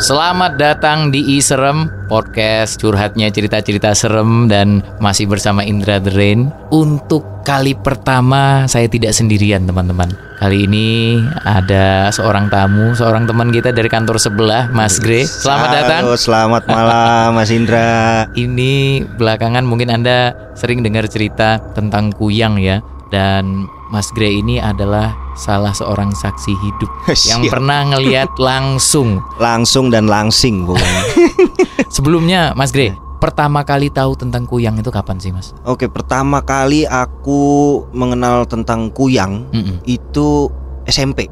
Selamat datang di Serem, podcast curhatnya cerita-cerita serem dan masih bersama Indra The Rain. Untuk kali pertama saya tidak sendirian teman-teman. Kali ini ada seorang tamu, seorang teman kita dari kantor sebelah, Mas Gre. Selamat datang. Halo, selamat malam Mas Indra. Ini belakangan mungkin Anda sering dengar cerita tentang kuyang ya. Dan Mas Gre ini adalah salah seorang saksi hidup yang pernah ngelihat langsung dan langsing pokoknya. Sebelumnya Mas Gre, pertama kali tahu tentang kuyang itu kapan sih Mas? Oke, pertama kali aku mengenal tentang kuyang itu SMP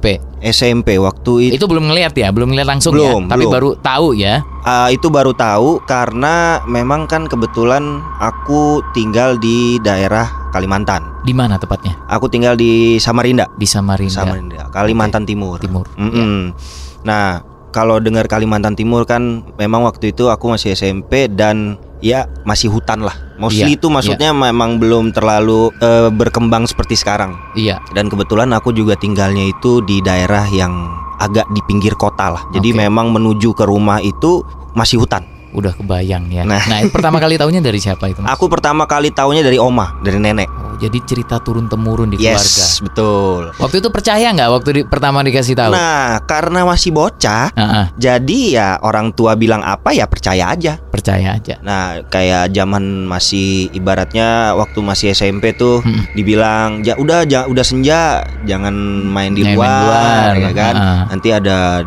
waktu itu belum ngelihat ya, belum ngelihat langsung belum, ya, tapi belum. baru tahu ya. Itu baru tahu karena memang kan kebetulan aku tinggal di daerah Kalimantan. Di mana tepatnya? Aku tinggal di Samarinda. Di Samarinda, Kalimantan Timur. Ya. Nah, kalau dengar Kalimantan Timur kan memang waktu itu aku masih SMP dan ya masih hutan lah. Mostly itu maksudnya memang belum terlalu berkembang seperti sekarang. Iya. Dan kebetulan aku juga tinggalnya itu di daerah yang agak di pinggir kota lah. Jadi memang menuju ke rumah itu masih hutan. Udah kebayang ya. Nah pertama kali taunya dari siapa itu Mas? Aku pertama kali taunya dari oma, dari nenek. Jadi cerita turun-temurun di keluarga. Yes, betul. Waktu itu percaya nggak waktu pertama dikasih tahu? Nah, karena masih bocah, jadi ya orang tua bilang apa ya percaya aja. Nah, kayak zaman masih ibaratnya waktu masih SMP tuh dibilang udah senja, jangan main di luar, ya kan? Nanti ada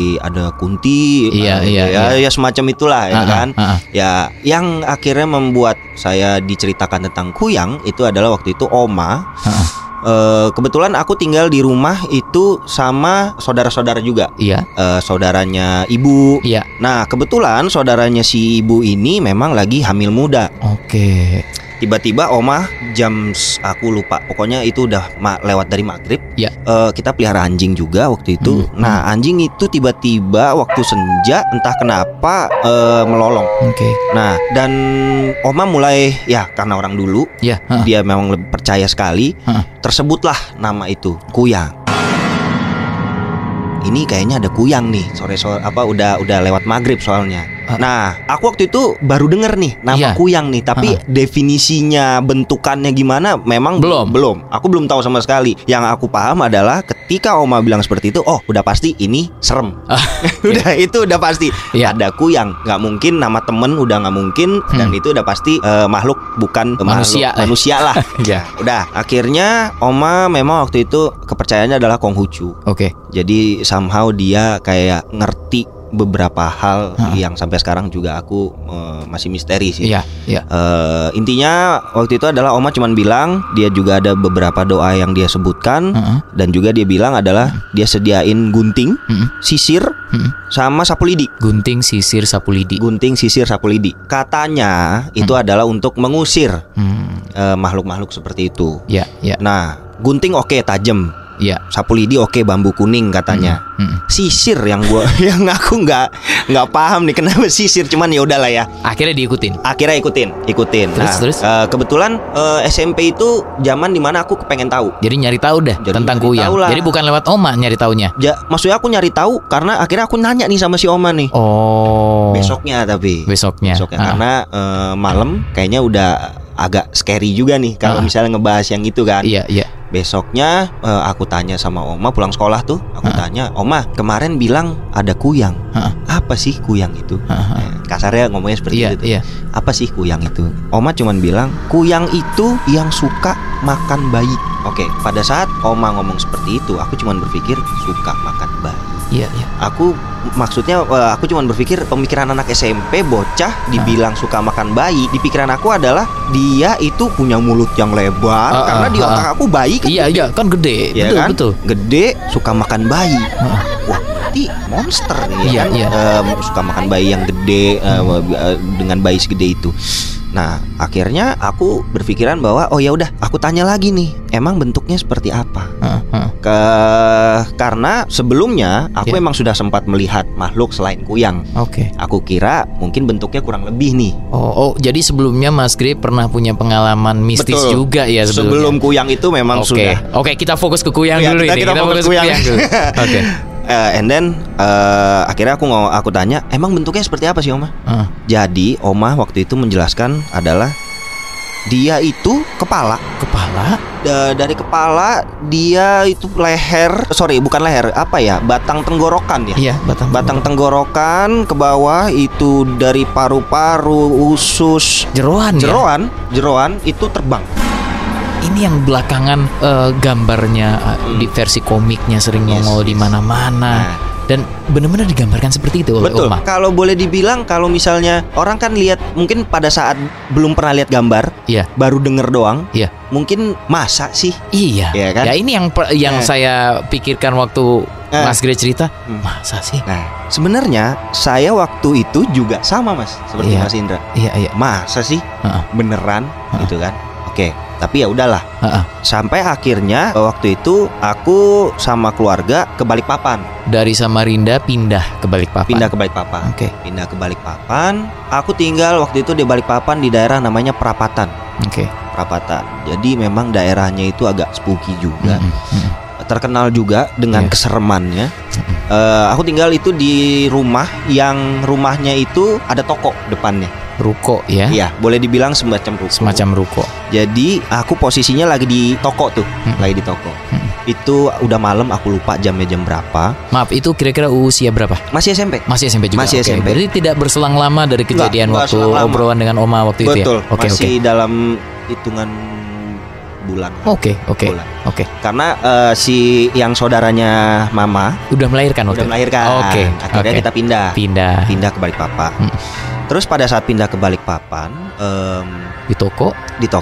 kunti, ya semacam itulah ya kan? Ya, yang akhirnya membuat saya diceritakan tentang kuyang itu adalah waktu itu oma. Kebetulan aku tinggal di rumah itu sama saudara-saudara juga. Iya. Saudaranya ibu. Iya. Nah, kebetulan saudaranya si ibu ini memang lagi hamil muda. Oke. Tiba-tiba oma aku lupa. Pokoknya itu udah lewat dari maghrib. Iya. Kita pelihara anjing juga waktu itu. Nah, anjing itu tiba-tiba waktu senja entah kenapa melolong. Oke. Nah, dan oma mulai ya karena orang dulu, dia memang lebih percaya sekali. Tersebutlah nama itu kuyang. Ini kayaknya ada kuyang nih sore-sore udah lewat maghrib soalnya. Nah, aku waktu itu baru denger nih nama kuyang nih, tapi definisinya bentukannya gimana memang belum. Aku belum tahu sama sekali. Yang aku paham adalah ketika oma bilang seperti itu, oh udah pasti ini serem. Udah pasti. Ada kuyang, nggak mungkin nama temen, udah nggak mungkin, dan itu udah pasti makhluk bukan manusia lah. Udah akhirnya oma memang waktu itu kepercayaannya adalah Konghucu. Oke. Jadi somehow dia kayak ngerti beberapa hal yang sampai sekarang juga aku masih misteri sih. Intinya waktu itu adalah oma cuman bilang dia juga ada beberapa doa yang dia sebutkan, dan juga dia bilang adalah dia sediain gunting, sisir, sama sapu lidi. Gunting, sisir, sapu lidi. Katanya itu adalah untuk mengusir makhluk-makhluk seperti itu. Nah, gunting tajam. Sapu lidi oke, bambu kuning katanya. Sisir yang aku nggak paham nih kenapa sisir, cuman ya udahlah ya. Akhirnya ikutin. Terus. Kebetulan SMP itu zaman dimana aku kepengen tahu. Jadi nyari tahu dah tentang kuyang. Jadi bukan lewat oma nyari taunya. Maksudnya aku nyari tahu karena akhirnya aku nanya nih sama si oma nih. Besoknya karena malam kayaknya udah agak scary juga nih kalau misalnya ngebahas yang itu kan. Iya. Besoknya aku tanya sama oma pulang sekolah tuh. Aku tanya, "Oma, kemarin bilang ada kuyang. Apa sih kuyang itu?" Kasarnya ngomongnya seperti itu. Apa sih kuyang itu? Oma cuman bilang, "Kuyang itu yang suka makan bayi." Oke, pada saat oma ngomong seperti itu, aku cuman berpikir suka makan bayi. Iya. Aku cuman berpikir pemikiran anak SMP bocah dibilang suka makan bayi. Di pikiran aku adalah dia itu punya mulut yang lebar karena di otak aku bayi kan. Iya kan gede. Ya, betul. Gede suka makan bayi. Wah, berarti monster nih. Suka makan bayi yang gede dengan bayi segede itu. Nah, akhirnya aku berpikiran bahwa oh ya udah, aku tanya lagi nih, emang bentuknya seperti apa? Karena sebelumnya aku memang sudah sempat melihat makhluk selain kuyang. Oke. Aku kira mungkin bentuknya kurang lebih nih. Oh, jadi sebelumnya Mas Gre pernah punya pengalaman mistis. Betul. Juga ya sebelumnya. Sebelum kuyang itu memang sudah. Oke, kita fokus ke kuyang dulu ini. Kita fokus ke kuyang dulu. Oke. And then akhirnya aku tanya, emang bentuknya seperti apa sih Oma? Jadi Oma waktu itu menjelaskan adalah dia itu kepala dari kepala dia itu bukan leher, apa ya, batang tenggorokan ya. Iya, batang tenggorokan ke bawah itu dari paru-paru, usus, jeroan itu terbang. Ini yang belakangan gambarnya di versi komiknya sering nongol di mana-mana. Dan benar-benar digambarkan seperti itu oleh Betul. Oma. Kalau boleh dibilang, kalau misalnya orang kan lihat, mungkin pada saat belum pernah lihat gambar, baru denger doang, mungkin masa sih? Iya. Ya kan? Ya ini yang saya pikirkan waktu Mas Gray cerita, masa sih? Nah, sebenarnya saya waktu itu juga sama Mas, seperti Mas Indra. Iya. Masa sih? Beneran gitu kan? Oke. Tapi ya udahlah. Sampai akhirnya waktu itu aku sama keluarga ke Balikpapan. Dari Samarinda pindah ke Balikpapan. Oke. Pindah ke Balikpapan. Aku tinggal waktu itu di Balikpapan di daerah namanya Perapatan. Oke. Perapatan. Jadi memang daerahnya itu agak spooky juga. Terkenal juga dengan keseremannya. Aku tinggal itu di rumah yang rumahnya itu ada toko depannya. Ruko ya? Iya, boleh dibilang semacam ruko. Jadi aku posisinya lagi di toko tuh, lagi di toko. Itu udah malam, aku lupa jamnya jam berapa. Maaf, itu kira-kira usia berapa? Masih SMP. Masih SMP juga. Masih SMP. Berarti tidak berselang lama dari kejadian waktu obrolan dengan Oma waktu itu ya? Betul. Masih dalam hitungan bulan. Oke. Karena si yang saudaranya Mama udah melahirkan waktu. Oke. Akhirnya kita pindah ke Balikpapan. Terus pada saat pindah ke Balikpapan, di toko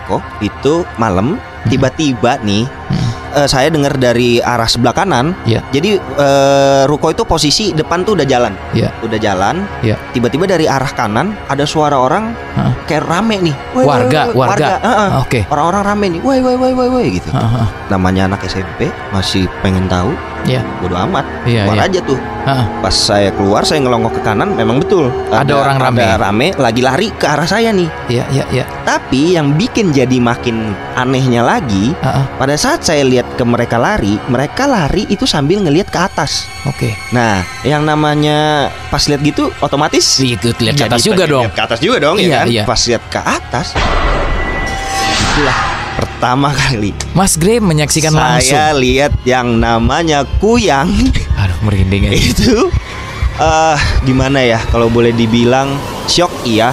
itu malam, tiba-tiba nih saya dengar dari arah sebelah kanan. Jadi ruko itu posisi depan tuh udah jalan. Tiba-tiba dari arah kanan ada suara orang kayak rame nih. Warga. Oke. Orang-orang rame nih. Woi gitu. Namanya anak SMP masih pengen tahu. Bodo amat. Keluar aja tuh. Pas saya keluar, saya ngelongok ke kanan, memang betul ada orang rame lagi lari ke arah saya nih. Iya. Tapi yang bikin jadi makin anehnya lagi, pada saat saya lihat ke mereka lari itu sambil ngelihat ke atas. Oke. Nah, yang namanya pas lihat gitu otomatis ikut lihat ke atas juga dong. Lihat ke atas juga dong, ya kan? Iya. Pas lihat ke atas, itulah pertama kali Mas Gray menyaksikan langsung. Saya lihat yang namanya kuyang. Aduh, merinding ya. Itu gimana ya, kalau boleh dibilang shock iya.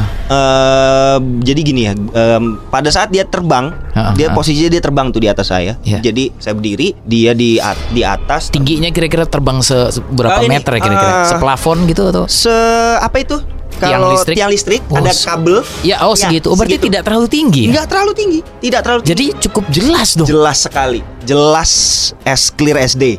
Jadi gini ya, pada saat dia terbang, posisinya dia terbang tuh di atas saya. Jadi saya berdiri, dia di atas. Tingginya kira-kira terbang seberapa meter ya kira-kira? Seplafon gitu atau? Apa itu? Kalau tiang listrik ada kabel. Segitu. Berarti segitu. Tidak terlalu tinggi. Enggak terlalu tinggi. Tidak terlalu tinggi. Jadi cukup jelas dong. Jelas sekali. Jelas as clear as day.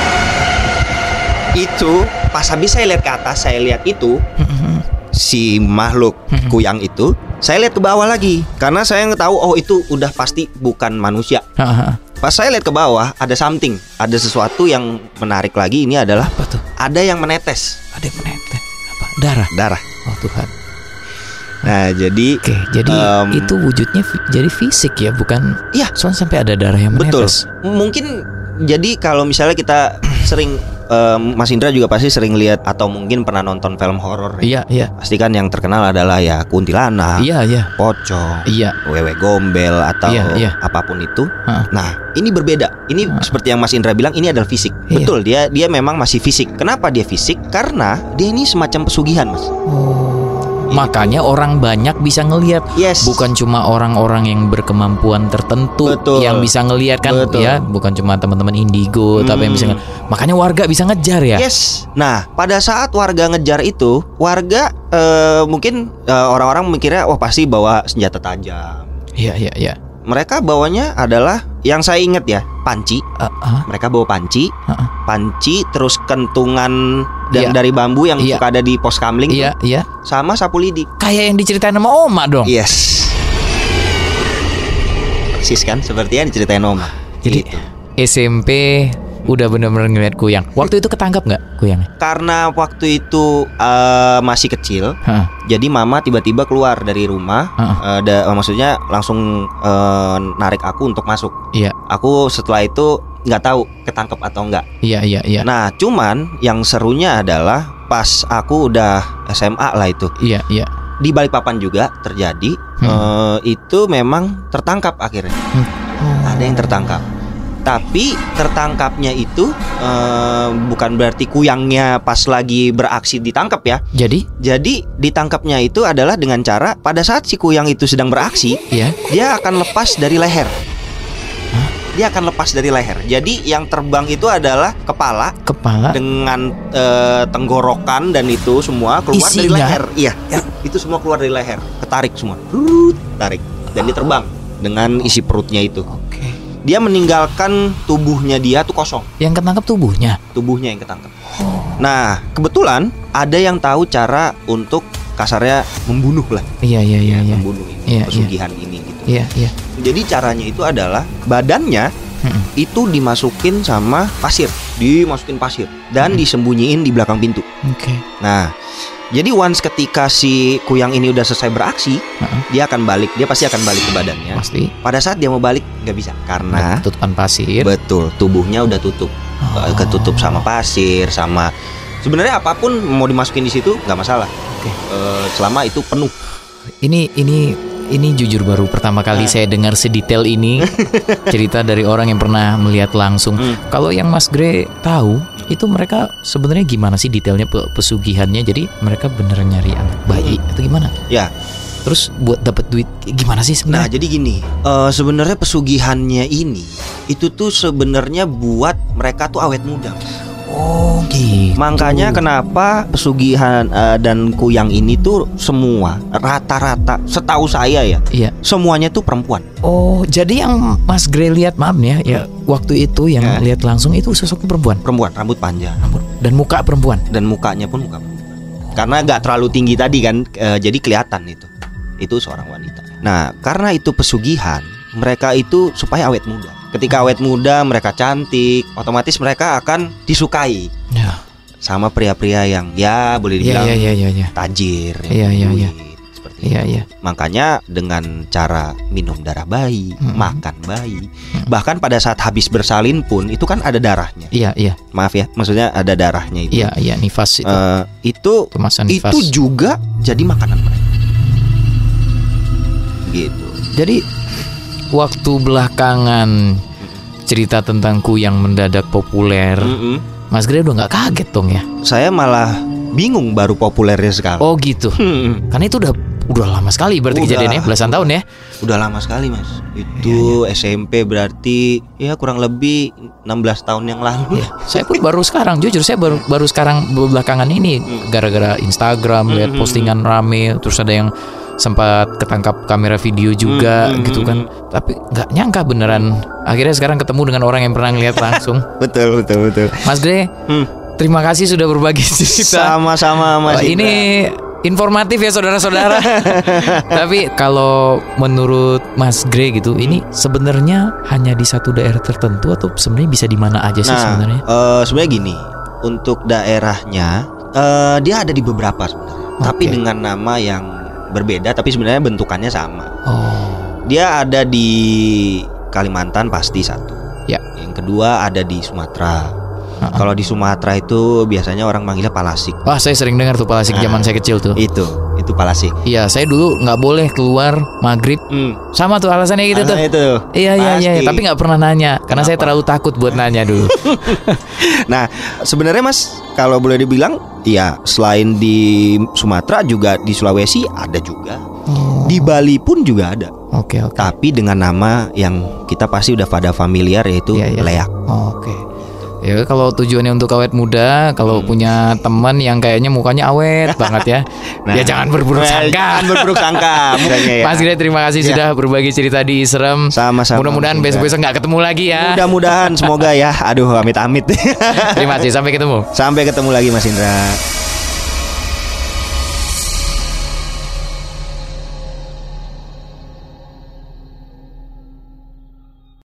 Itu pas habis saya lihat ke atas, saya lihat itu si makhluk kuyang itu, saya lihat ke bawah lagi karena saya tahu itu udah pasti bukan manusia. Pas saya lihat ke bawah ada something, ada sesuatu yang menarik lagi. Ini adalah apa tuh? Ada yang menetes. Apa? Darah. Oh Tuhan. Nah jadi itu wujudnya jadi fisik ya, bukan? Iya. Soalnya sampai ada darah yang menetes. Betul. Mungkin jadi kalau misalnya kita sering Mas Indra juga pasti sering lihat atau mungkin pernah nonton film horor. Iya. Pasti kan yang terkenal adalah ya kuntilanak, pocong, wewe gombel atau apapun itu. Nah, ini berbeda. Ini seperti yang Mas Indra bilang, ini adalah fisik. Betul, dia memang masih fisik. Kenapa dia fisik? Karena dia ini semacam pesugihan, Mas. Makanya orang banyak bisa ngelihat. Bukan cuma orang-orang yang berkemampuan tertentu. Yang bisa ngelihat kan. Ya, bukan cuma teman-teman indigo, tapi yang bisa makanya warga bisa ngejar ya. Nah, pada saat warga ngejar itu, warga mungkin orang-orang mikirnya pasti bawa senjata tajam. Iya. Mereka bawanya adalah yang saya ingat ya, panci. Mereka bawa panci. Panci terus kentungan dari bambu yang suka ada di pos kamling. Sama sapu lidi. Kayak yang diceritain sama Oma dong. Persis kan seperti yang diceritain Oma. Jadi gitu. SMP udah benar-benar ngeliat kuyang. Waktu itu ketangkap nggak kuyangnya? Karena waktu itu masih kecil, jadi mama tiba-tiba keluar dari rumah. Maksudnya langsung narik aku untuk masuk. Aku setelah itu nggak tahu ketangkep atau enggak. Iya. Nah, cuman yang serunya adalah pas aku udah SMA lah itu. Iya. Di Balikpapan juga terjadi. Itu memang tertangkap akhirnya. Ada yang tertangkap. Tapi tertangkapnya itu bukan berarti kuyangnya pas lagi beraksi ditangkap ya. Jadi ditangkapnya itu adalah dengan cara pada saat si kuyang itu sedang beraksi, dia akan lepas dari leher. Dia akan lepas dari leher. Jadi yang terbang itu adalah kepala dengan tenggorokan dan itu semua keluar dari leher. Iya, itu semua keluar dari leher, ketarik semua, tarik dan dia terbang dengan isi perutnya itu. Dia meninggalkan tubuhnya dia tuh kosong. Yang ketangkap tubuhnya yang ketangkap. Nah, kebetulan ada yang tahu cara untuk kasarnya membunuh lah. Iya. Membunuh ini, pesugihan ini gitu. Iya. Jadi caranya itu adalah badannya itu dimasukin sama pasir, dan disembunyiin di belakang pintu. Nah, jadi once ketika si kuyang ini udah selesai beraksi, dia akan balik. Dia pasti akan balik ke badannya. Pasti. Pada saat dia mau balik nggak bisa karena tutupan pasir. Betul, tubuhnya udah tutup, ketutup sama pasir, sama sebenarnya apapun mau dimasukin di situ nggak masalah. Selama itu penuh. Ini jujur baru pertama kali saya dengar sedetail ini cerita dari orang yang pernah melihat langsung. Kalau yang Mas Gray tahu, itu mereka sebenarnya gimana sih detailnya pesugihannya? Jadi mereka beneran nyari anak bayi atau gimana? Ya. Terus buat dapat duit gimana sih sebenarnya? Nah, jadi gini, sebenarnya pesugihannya ini itu tuh sebenarnya buat mereka tuh awet muda. Oh gitu. Makanya kenapa pesugihan dan kuyang ini tuh semua rata-rata setahu saya ya, semuanya tuh perempuan. Oh, jadi yang Mas Gray lihat, maaf nih ya, waktu itu yang lihat langsung itu sosoknya perempuan. Perempuan, rambut panjang. Dan muka perempuan. Dan mukanya pun muka perempuan. Karena nggak terlalu tinggi tadi kan, jadi kelihatan itu seorang wanita. Nah, karena itu pesugihan, mereka itu supaya awet muda. Ketika awet muda, mereka cantik, otomatis mereka akan disukai sama pria-pria yang boleh dibilang tajir, duit, seperti itu. Makanya dengan cara minum darah bayi, makan bayi, bahkan pada saat habis bersalin pun itu kan ada darahnya. Maaf ya, maksudnya ada darahnya itu. Nifas itu. Itu juga jadi makanan mereka. Gitu. Jadi waktu belakangan cerita tentang kuyang mendadak populer, Mas Gray udah nggak kaget dong ya? Saya malah bingung baru populernya sekarang. Oh gitu. Karena itu udah lama sekali berarti kejadiannya, belasan tahun ya? Udah lama sekali Mas. Itu SMP berarti ya kurang lebih 16 tahun yang lalu. Saya pun baru sekarang, jujur saya baru sekarang belakangan ini gara-gara Instagram lihat postingan rame, terus ada yang sempat ketangkap kamera video juga gitu kan. Tapi nggak nyangka beneran akhirnya sekarang ketemu dengan orang yang pernah ngeliat langsung. Betul. Mas Gray, terima kasih sudah berbagi cerita. Sama-sama Mas. Ini informatif ya saudara-saudara. Tapi kalau menurut Mas Gray gitu, ini sebenarnya hanya di satu daerah tertentu atau sebenarnya bisa di mana aja sih sebenarnya? Sebenarnya gini, untuk daerahnya dia ada di beberapa sebenarnya, tapi dengan nama yang berbeda, tapi sebenarnya bentukannya sama. Dia ada di Kalimantan pasti satu. Yang kedua ada di Sumatera. Kalau di Sumatera itu biasanya orang manggilnya Palasik. Wah, saya sering dengar tuh Palasik zaman saya kecil tuh. Itu Palasik. Iya, saya dulu nggak boleh keluar maghrib. Sama tuh alasannya gitu tuh. Iya. Tapi nggak pernah nanya. Karena saya terlalu takut buat nanya dulu. Nah, sebenarnya Mas, kalau boleh dibilang, ya selain di Sumatera juga di Sulawesi ada juga. Di Bali pun juga ada. Oke. Tapi dengan nama yang kita pasti udah pada familiar, yaitu leak. Oke. Ya kalau tujuannya untuk awet muda, kalau punya teman yang kayaknya mukanya awet banget ya, ya jangan berburuk sangka. Mas Gray, terima kasih sudah berbagi cerita di Serem. Sama-sama. Mudah-mudahan besok-besok nggak ketemu lagi ya. Mudah-mudahan, semoga ya. Aduh, amit-amit. Terima kasih, sampai ketemu. Sampai ketemu lagi Mas Indra.